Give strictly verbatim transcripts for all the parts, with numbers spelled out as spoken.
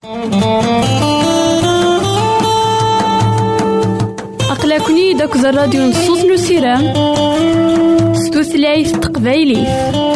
أقلكني داك الراديو نصوص نسيرام ستوثلايف تقبايلي.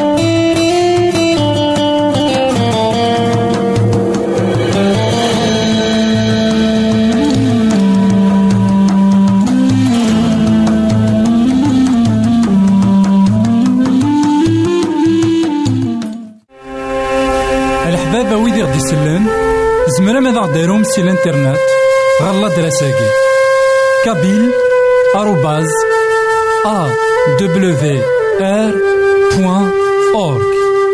الحبابة ويدي غدي يسلم زمرا ماذا غديرهم سي الانترنت غالا دراساكي كابيل آروباز أ دبليو آر بوان أورك.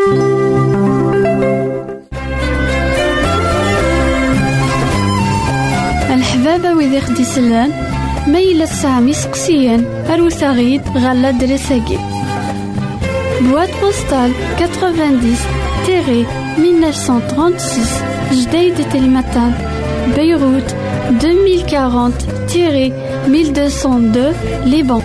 الحبابة ويدي غدي يسلم ميلا سامي سقسيان أروساغيد غالا دراساكي boîte postale quatre-vingt-dix mille neuf cent trente-six Jdeï de Télématin Beyrouth deux mille quarante mille deux cent deux Liban.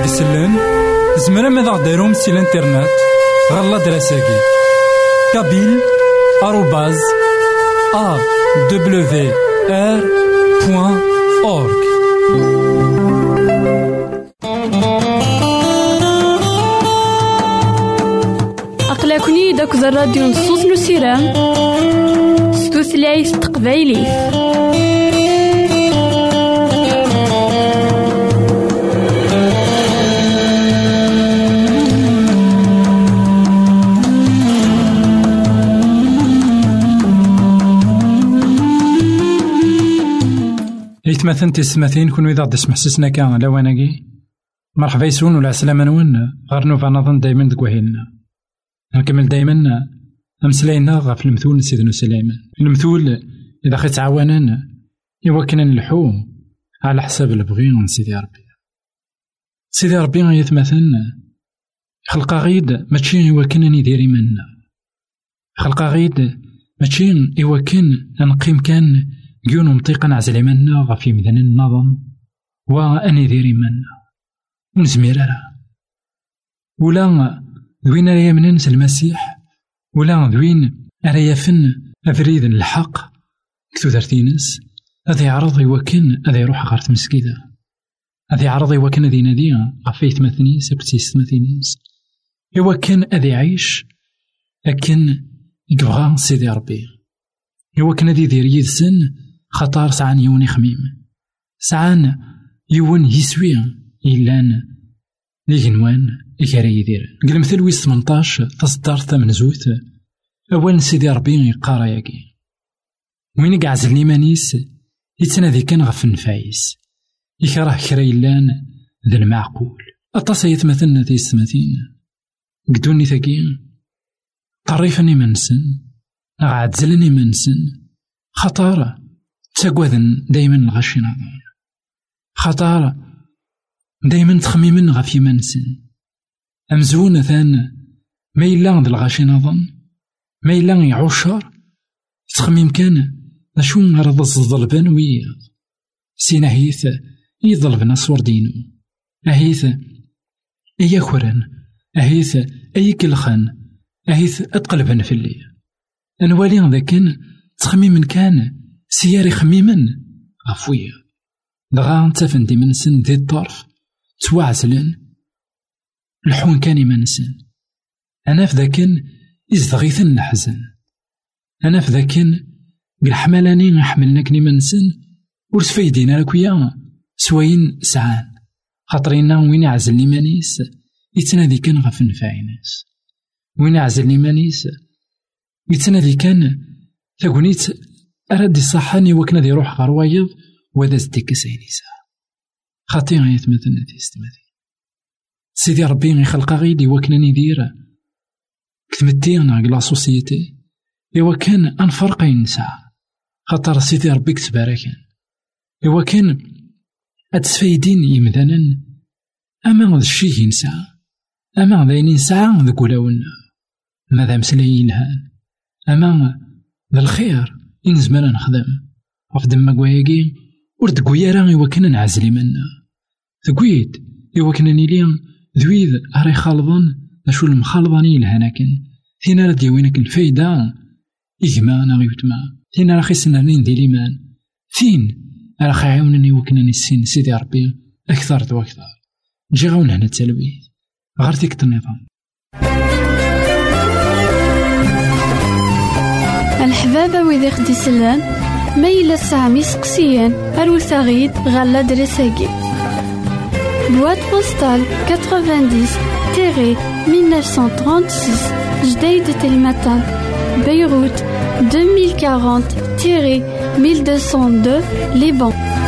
ويدير ديسلان زمرا ماذا غديرهم سي الانترنت غالا دراساكي كابيل آروباز أ دبليو آر بوان أورك. أقلكني داك الراديو نصوص نسيران ستوثلايف تقبايلي. مثلا تسمثين كون إذا غدي تسمح سسنا كان لواناكي مرحبا يسون ولا عسلامة نون غير نوفا نظن دايما دكوهيلنا نكمل دايما أمسلاينا غاف المثول سيدنا سليمان. المثول إذا خيت عوانان يوكنا نلحو على حساب البغي من سيدي ربي. سيدي ربي غيتمثلنا خلقا غيد ماشي يوكنا نديري منا خلقا غيد ماشي يوكن نقيم كان جون مطيقا عزلي منا غفي مذن النظم وأني ذيري منا ونزمير راه ولا ذوين راه يمننس المسيح ولا ذوين راه يفن أفريد الحق كتو درتينس هذا يعرض يوكن هذا يروح غارت مسكيدة هذا يعرض يوكن هذا يناديها غفي ثمثنيس أكتيس ثمثنيس يوكن هذا يعيش لكن يقبغى سيدي ربي يوكن هذا يدير يدسن خطار سعان يون يخميم سعان يون يسوي إلان ليجنوان إكاري يدير. قل مثل ويس ثمنطاش تصدر ثمن زوت أول سيدي ربي يقارا ياكي وين يقعز ليمانيس يتنادي كان غف النفايس يكره كرا إلان ذا المعقول أطاس يتمثلنا ذي السماتين قدوني ثقين طريفني منسن غاد زلني منسن خطارة تاقوذن دايما الغشي نظر خطارة دايما تخميمن غفي منسن أمزونة ثان ما إلا ذا الغشي نظن ما إلا يعشر تخميم كان نشو نرد الظلبان ويا سينا هيث يظلبنا صور دينو أهيث أي خوران أهيث أي كلخان أهيث أتقلبن في الليل أنوالي ذاكن تخميم كان سياري خميما غفوية دغا نتفن دي منسن ذي الطرف توعزلن الحون كاني منسن أنا في ذاكن إزدغيثن الحزن أنا في ذاكن بالحملاني نحملناكني منسن ورسفايدينا لكويا سواين سعان خاطرينا وين يعزل لي مانيس يتنادي كان غف نفايناس وين يعزل لي مانيس يتنادي كان ثاقونيت أراد الصحاني وكنا دي روح غروايض وذا زديك سينيسا خاطي غايت مثلنا تيستمثي سيدي ربي يخلق غيدي وكنا ندير كتمتينا قلا سوسيتي إوا كان أنفرق ينسى خاطر سيدي ربي كتباركان إوا كان أتسفايدين يمذانا أما غد الشي ينسى أما غدا ينسى ذاك ولاونا ماذا مسلي ينهان أما ذا الخير إنزمانا نخدم وفدم مقواياكي ورد قويارا إوا كنا نعزلي منا ثقويد إوا كنا نيليا ذويذ أري خالضان نشو المخالضاني لهناكن ثينا رد يوينك الفايدة إجمانا غيوتما ثينا راخي سنانين دي ليمان ثين راخي عاونني وكنا نسين سيدي ربي أكثر ذو أكثر نجي غاون هنا التلويث غارتيك النظام. الحبابة ويدي خدي سلان ميلا سامي سقسيان أروساغيد غالا درساكي بواد بوستال تسعين مية وتسعمية وثلاثة وثلاثين جديد تلمتان بيروت ألفين وأربعين ألف ومئتين واثنين لبنان.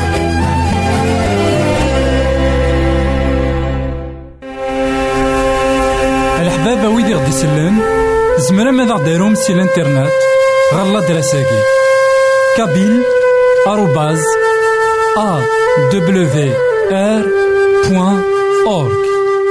الحبابة ويدي غدي سلان زمرا ماذا دايروم سي الانترنت غالا دراساكي كابيل آروباز أ دبليو آر بوان أورك.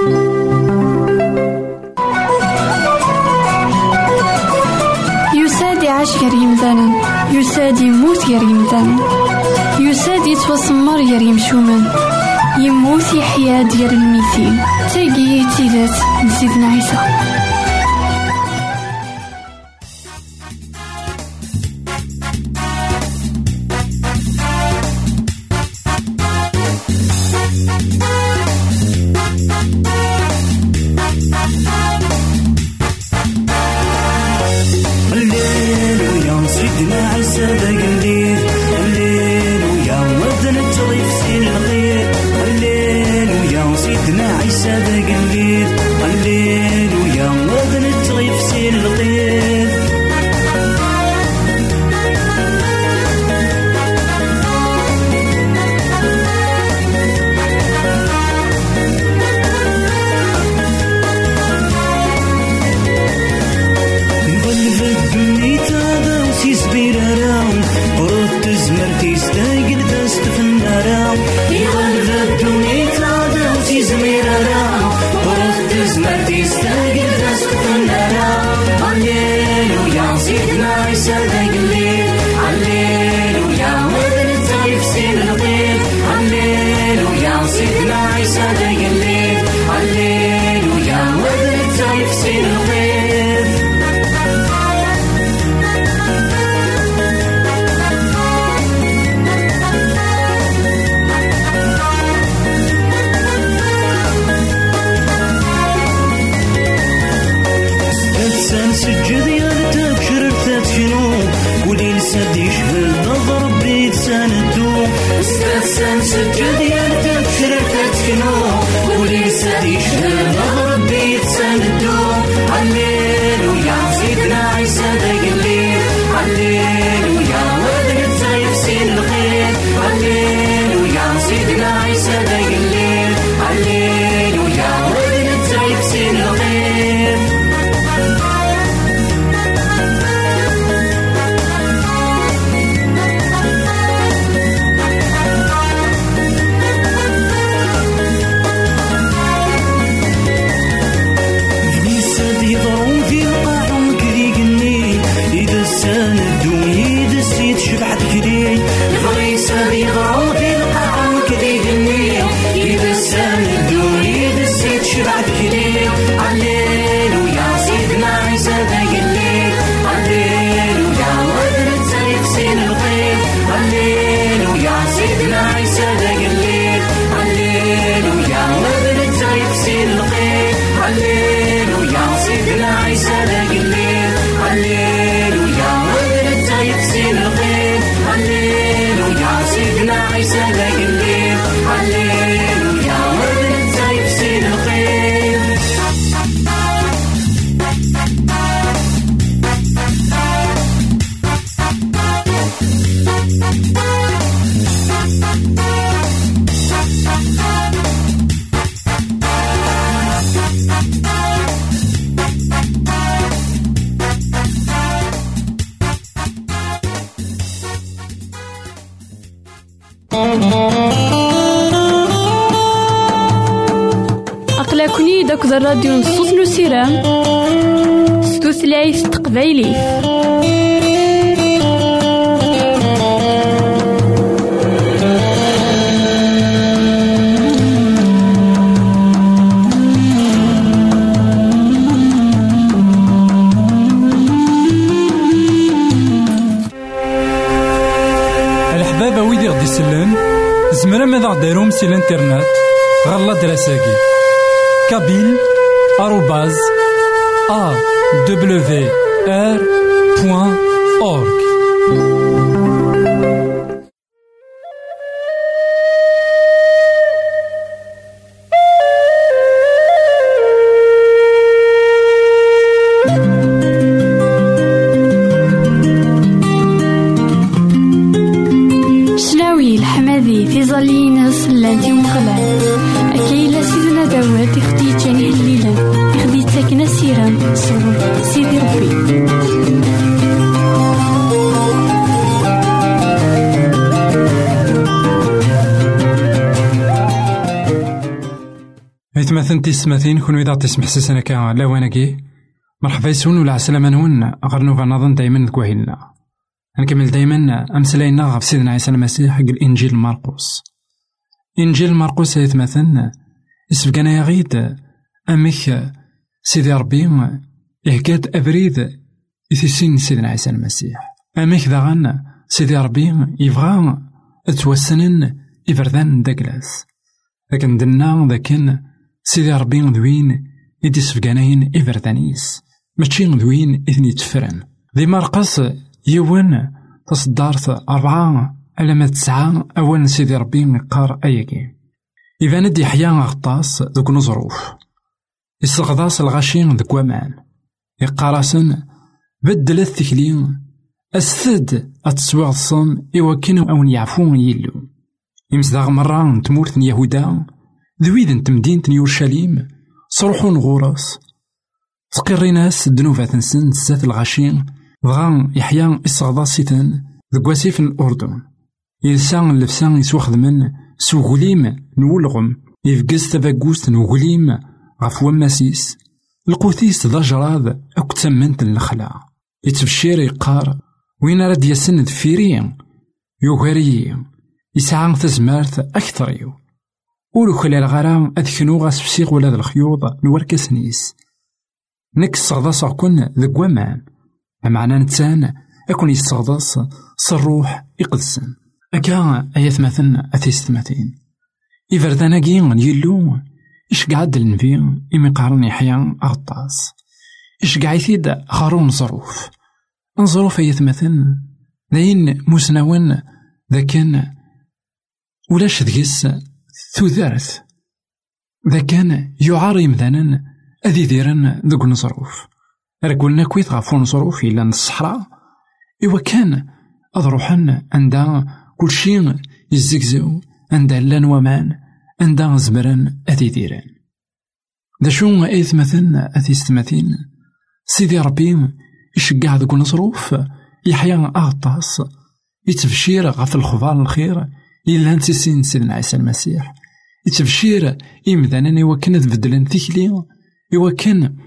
يسادي عاش غير يمثالا يسادي موت غير يمثالا يسادي يتوسمر غير يمشومن يموت يحيى ديال الميتين تاقي تيدات سيدنا عيسى. هللويا سيدنا عيسى ذاك الليل، هللويا وذن الطريق سين الخير، هللويا سيدنا عيسى ذاك الليل، هللويا وذن الطريق سين الخير. أقلكني داك الراديو نصوص نسيرام ستوثلايف تقبايلي. الحبابة ويدي غدي يسلم زمرا ماذا غديرهم سي الانترنت غالا دراساكي كابيل آروباز أ دبليو آر بوان أورك. شلاوي الحمادي في ظلينا سلانتي ومغلان أكيلا سيدنا داوود يخدي جاني الليلة يخدي تاكنا سيران صور سيدي ربي. مثلا تسمتين كون إذا تسمح سسنا كا لواناكي مرحبا يسون ولا عسلامة نون غير نوفا نظن دايما نكوهيلنا نكمل دايما أمسلاينا غف سيدنا عيسى المسيح حق الإنجيل مرقس إنجيل مرقس يتمثلنا يسبقنا يغيد أمك سيدي ربي إهكاد أبريد إثيسين سيدنا عيسى المسيح. أمك داغن سيدي ربي يبغى توسنن إبردان داكلاس، لكن دنا ذاكن سيدي ربي ذوين إدي سبقانين إبردانيس ماشي ذوين إذن يتفرن. ذي مرقس يوان تصدارت أربعة ألما تسعة أول سيدي ربي مقار أيكي إذا ندي حيا غطاس ذوك نظروف يستغضاس الغاشين ذوك ومان يقارسن بدل الثكلين أستد أتسويغ الصن إوا كانوا أون يعفون يلو يمسداغ مرة تمورت يهودا ذويد تمدينة يورشليم صروحون غورس تقري ناس دنوفة تنسن زات الغاشين بغا يحيا إستغضاسيتن ذوك واسيف الأردن يلسان اللفسان يسوخذ من سوغليم نولغم يفقز تفاقوست نوغليم غفو ماسيس القوثيس ضجراذ أو كتمنت النخلة يتبشير يقار وين راد يسند فيريا يوغاري يسعى تزمارت أكثريو ولو خلال غرام أدخنو غاس فسيغ ولا ذا الخيوط نوركس نيس نك الصغداس كون ذا وامان معنى نتسان أكون يستغداس صروح يقدسن أكا أيث مثل أثيست مثين إفردانا جين يلو إش قعد النبي إمي قارن يحيا أغطاس إش قاعد خارون ظروف نظروف أيث مثل ذين مسنون ذاكن ولاش ذيس ثوذرث ذاكن يعاري مذانا أذي ديرن ذوك نظروف رقولنا كويت غافون ظروف إلا الصحراء إوا كان أضروحن عندها كل شيء يزكزو عندها لان ومان عندها زبران أذي ديران دا شو أيث مثلا أثيست مثين سيدي ربي يشقع ذوك نصروف يحيا أغطاس يتبشير غف الخضار الخير إلا انت سين سيدنا عيسى المسيح يتبشير إمذانا إوا كان تبدلن ثيكلي إوا كان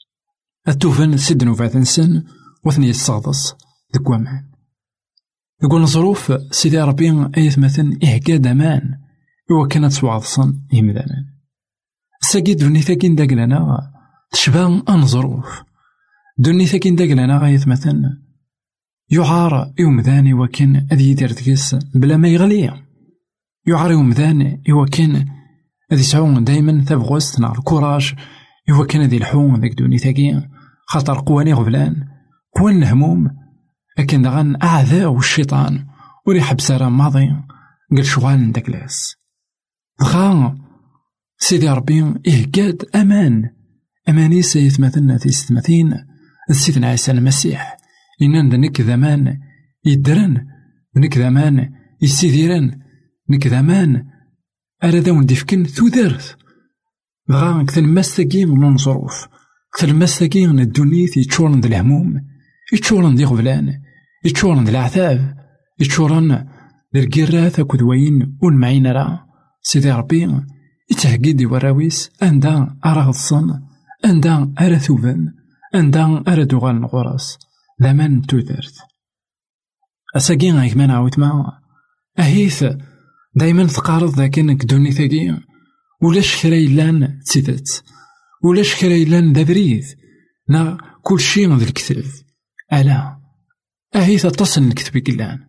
التوفن سيدنا فاتنسن وثني الصغدس ذوك ومان يقول ظروف سيدي ربي أيث مثلا إهكاد أمان إوا كانت سواغصن إمذانا ساقي دوني ثاكين داقلنا تشبه أن ظروف دوني ثاكين داقلنا غايث مثلا يعار يومذاني وكان أذي يدير تكيس بلا ما يغلي يعار يومذاني إوا كان أذي سعون دايما ثبغوست نار الكوراج إوا كان أذي الحوم ذاك دوني ثاكين خاطر قواني غفلان قوان الهموم لكن دغان أعداء والشيطان وريحب سارة ماضي قال شغال داكلاس دغان سيدي ربي إهكاد أمان أماني سيث مثلنا تيست مثين سيدنا عيسى المسيح إنان دنك ذمان يدرن دنك ذمان يسيديرن نك ذمان أردون ديفكن ثوذرث دغان كثل مستقيم من ظروف كثل مستقيم الدنيا يتشورن دي الهموم يتشورن دي غفلان يتشورن دي العذاب يتشورن دي القراث كدوين والمعين راه سيدي ربي يتهقيد وراويس أندا أرى الصن أندا أرى ثوبن أندا أرى دوغان غراس ذمان توثرت أساقين غيك ما نعاود معا أهيث دايما تقارض ذاك انك دوني ثاقيا ولاش كرايلان تسيدت ولاش كرايلان دابريد نا كل شيء ذا الكتاب ألا أهيث تصل الكتب كلان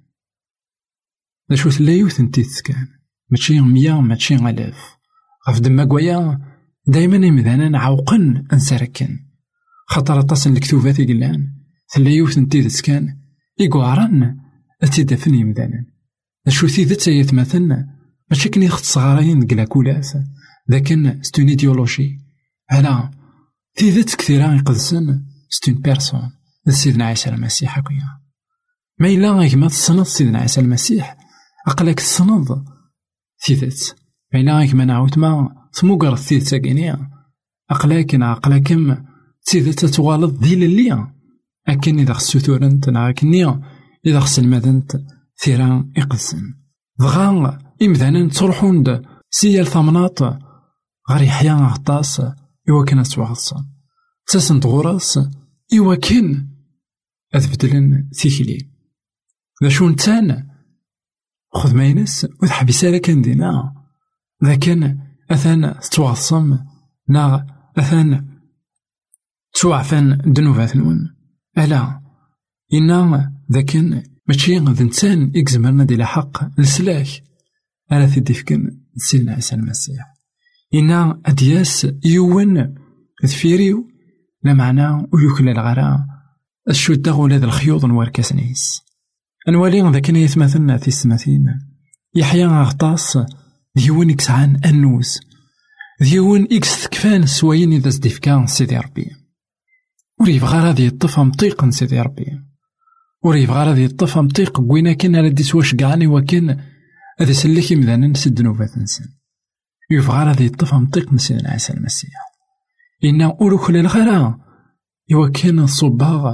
ذا شو ثلايوث انتيث كان ماشي ميا ماشي غلاف غف دما قويا دايما يمذانا نعوقن انسركن خاطر تصل الكتوبات كلان ثلايوث انتيث كان يقعرن اتدفن يمذانا شو ثيثت يتمثلنا ماشي كني خط صغارين كلاكولاث لكن ستون ايديولوجي هلا ثيثت كثيرا يقدسن ستون بيرسون سيدنا عيسى المسيح هكايا ما إلا غيك ما تصنض سيدنا عيسى المسيح أقلك تصنض ثيثت ما إلا غيك ما نعاود ما تموقر الثيث كينيا أقلك أقلكم ثيثت تغالط ذيل الليا أكن إذا خصو ثورنت نعاكنيا إذا خص المدنت ثيران يقدسن بغا إمذانا تروحون د سيال ثمنات غير يحيا غطاس إوا كان تواغصن تسنت غراس إوا كان أثبتلن ثيكلي ذا شو نتانا خذ ماينس وذ حبيسا كان دينا لكن أثان تواصم نا أثان توعفن دنوبات نون ألا إنا ذاكن ماشي غد إنسان إكزمرنا دي الحق لسلاك ألا تدفكن سيدنا عيسى المسيح إنا أدياس يوون ذفيريو لا معنى ويوكل الغراء الشدة ولاد الخيوط نواركاسنيس أنوالي ذاكن يتمثلنا في السماثين يحيى غطاس ديون إكسعان أنوز ديون إكس تكفان سواين إذا زدفكان سيدي ربي وريف غارة يطفى مطيقا سيدي ربي وريف غارة يطفى مطيق قوينا كان على دي سواش قعاني وكان هذا سلكي مذانا نسد نوبات نسن يوف غارة يطفى مطيق من سيدنا عيسى المسيح إنا أولوك للغراء إوا كان الصباغ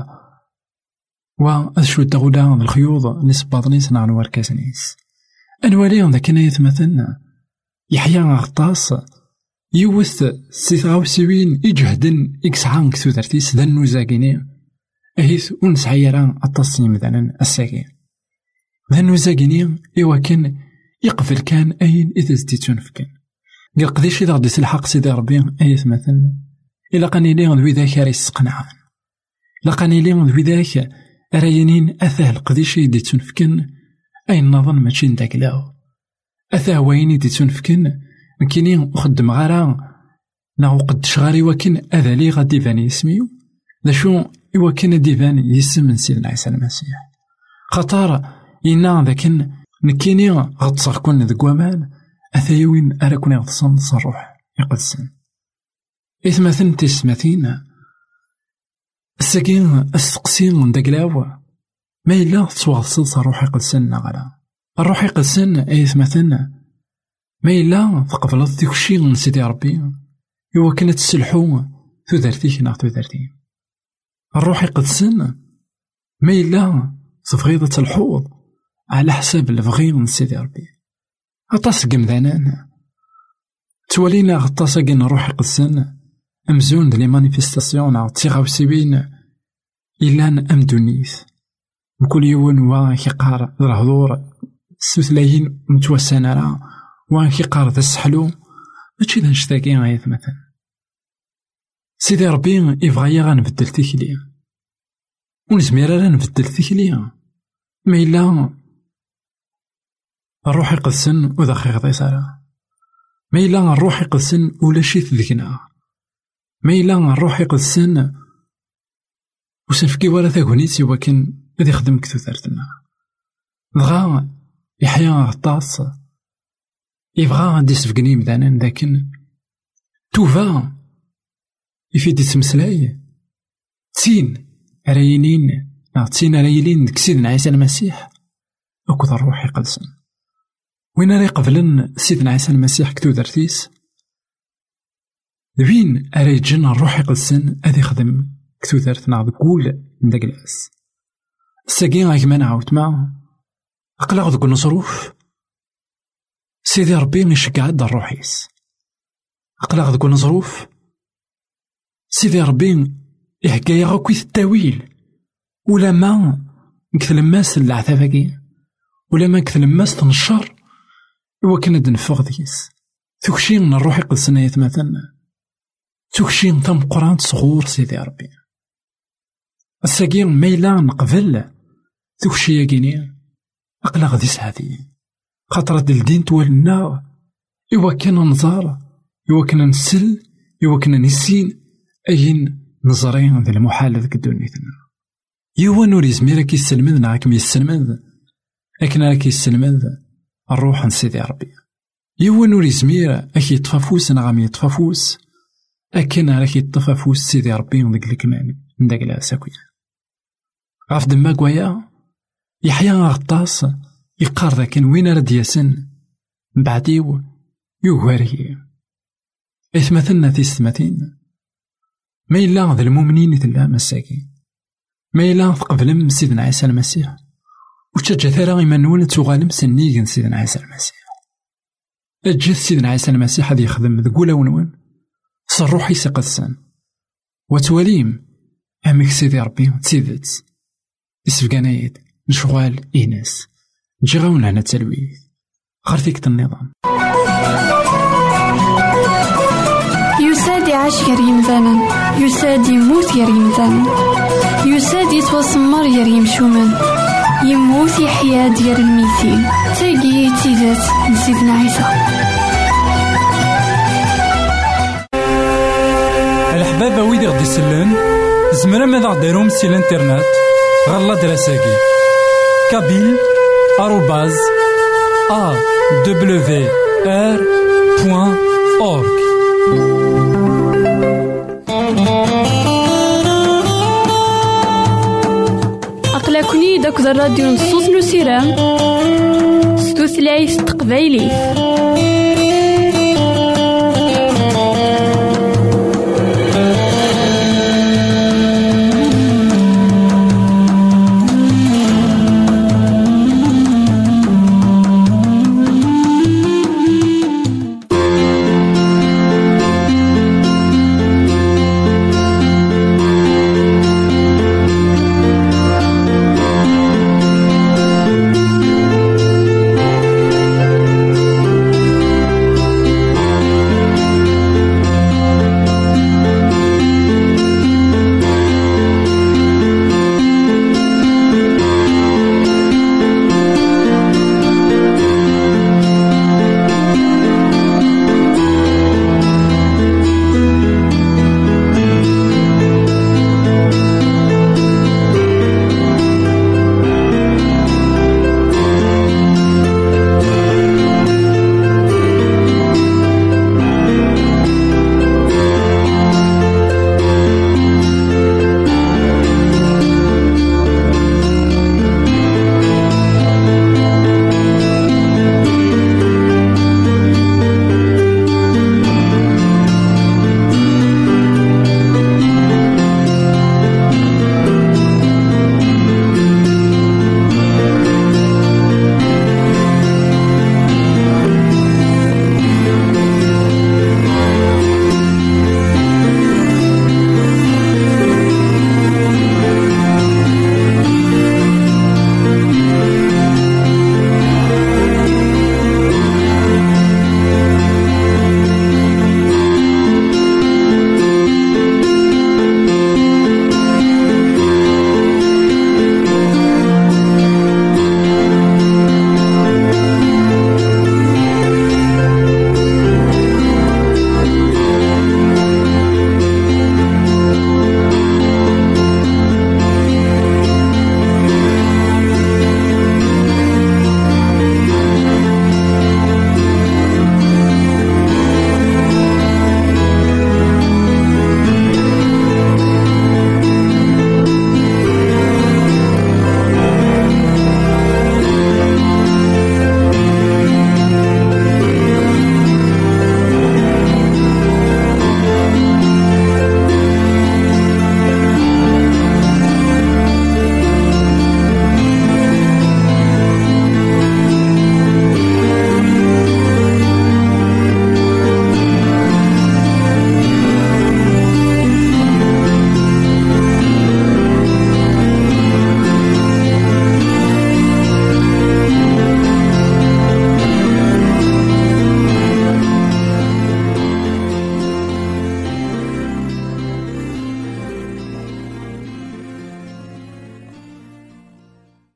وأشو الدغولا الخيوط نسباطنيس نعن واركاسنيس أنوالي ذا كان يتمثلنا يحيى غطاس يوث سيثغاو سوين يجهدن إكسعان كثو درتيس ذا النوزاقيني أهيث ونسعيران التصنيم مثلا الساقين ذا النوزاقيني إوا كان يقفل كان أين إذا زديتون فكان قال قديش إذا غديت الحق سيدي ربي أيث مثلا إلا قاني لي غدوي ذاك ريس قنعان لقاني لي غدوي ذاك أريانين أثاه قديش يديتون فكان أين نظن ماشي نداك لاو أثاه وين يديتون فكان مكيني أخدم غارا ناو قد شغاري وكن أذا لي غادي فاني اسميو ذا شو إوا كان ديفان يسم من سيدنا عيسى المسيح خطار إنا ذاكن نكيني غتصر كون ذكوامان أثايوين أراكون يغتصن صروح يقدسن إثمثن تسمثين الساكين السقسين داكلاوا ما إلا تواصل صروح يقدسن غلا الروح يقدسن إثمثن ما إلا تقبلت ديك الشي من سيدي ربي إوا كانت تسلحو تودرتيك نا تودرتي الروح يقدسن ما إلا تفغيضة الحوض على حساب الفغي من سيدي ربي غطاس قمذانان توالينا غطاس قين الروح يقدسن أمزون دي لي مانيفستاسيون عاود تيغاو سيبين إلان أمدونيث بكل يوم وان كيقار الهضور السوثلايين متوسانا راه وان كيقار ذا السحلو ماشي ذا نشتاقي غايث مثلا سيدي ربي يبغى غنبدل تيكلي ونزمير راه نبدل تيكلي ما إلا الروح يقدسن وذا خيغ صرا ما إلا الروح يقدسن ولا شي تذكنا ما إلا الروح يقدسن وسنفكي ولا ثاكونيتي وكن غادي يخدم كثو ثارتنا بغا يحيى غطاس يبغى غادي يسفقني مدانا لكن توفا يفيد يتمسلاي تين راينين تين رايلين ديك سيدنا عيسى المسيح أكد الروح يقدسن وين راه يقبلن سيدنا عيسى المسيح كتو درتيس وين راه يجن الروح يقدسن غادي يخدم كتو درتنا بكل من داك العاس الساقين غاك ما نعاود معاه أقلق ذوك النصروف سيدي ربي يشجع دا الروحيس أقلق ذوك النصروف سيدي ربي يحكايا غاكويث التاويل ولا ما نكثل ماس العثافاكي ولا ما نكثل ماس تنشر إوا كان دنفغ ديس تكشين من الروح يقدسنا يتمثلنا تكشين ثم قران صغور سيدي ربي الساقين ميلا نقبل تكشي كيني أقلق غادي سعدي خاطر هاد الدين توالنا إوا كان نزار إوا كان نسل إوا كان نسين أين نزرين ذا المحال ذاك الدنيتنا إوا نوري زميرا كيسلمذنا راكم يسلمذ لكن راك يسلمذ الروح نسيدي ربي إوا نوري زميرا أكي يطفافوس نغام يطفافوس أكن راك يطفافوس سيدي ربي ذاك الكمان من داك العساكويا غاف دماك ويا يحيى غطاس يقار ذاك وين راه دياسن بعديو يوهاري إثمثلنا تيستمثين ما إلا ذا المؤمنين يتلا مساكين ما إلا تقبلم سيدنا عيسى المسيح وتشجع ثرا إيمانويل تغالم سنيجن سيدنا عيسى المسيح أجل سيدنا عيسى المسيح هذا يخدم ذقولا ونون صروحي سقدسان وتواليم أمك سيدي ربي تسيدت يسفقانايد نشغال إيناس نجي غاون لهنا تلويث غير فيك النظام يعيش غير يمثالا يساد يموت غير يمثالا يساد يتوسمر غير يمشومان يموت يحيا ديال الميتين تاقي تيزات نسيدنا عيسى. الحبابة ويدي غدي يسلن زمرا ماذا غديرهم سي الانترنت غالا دراساكي كابيل آروباز أ دبليو آر بوان أورك. أقلكني داك الراديو نصوص نسيران ستوثلايف تقبايلي.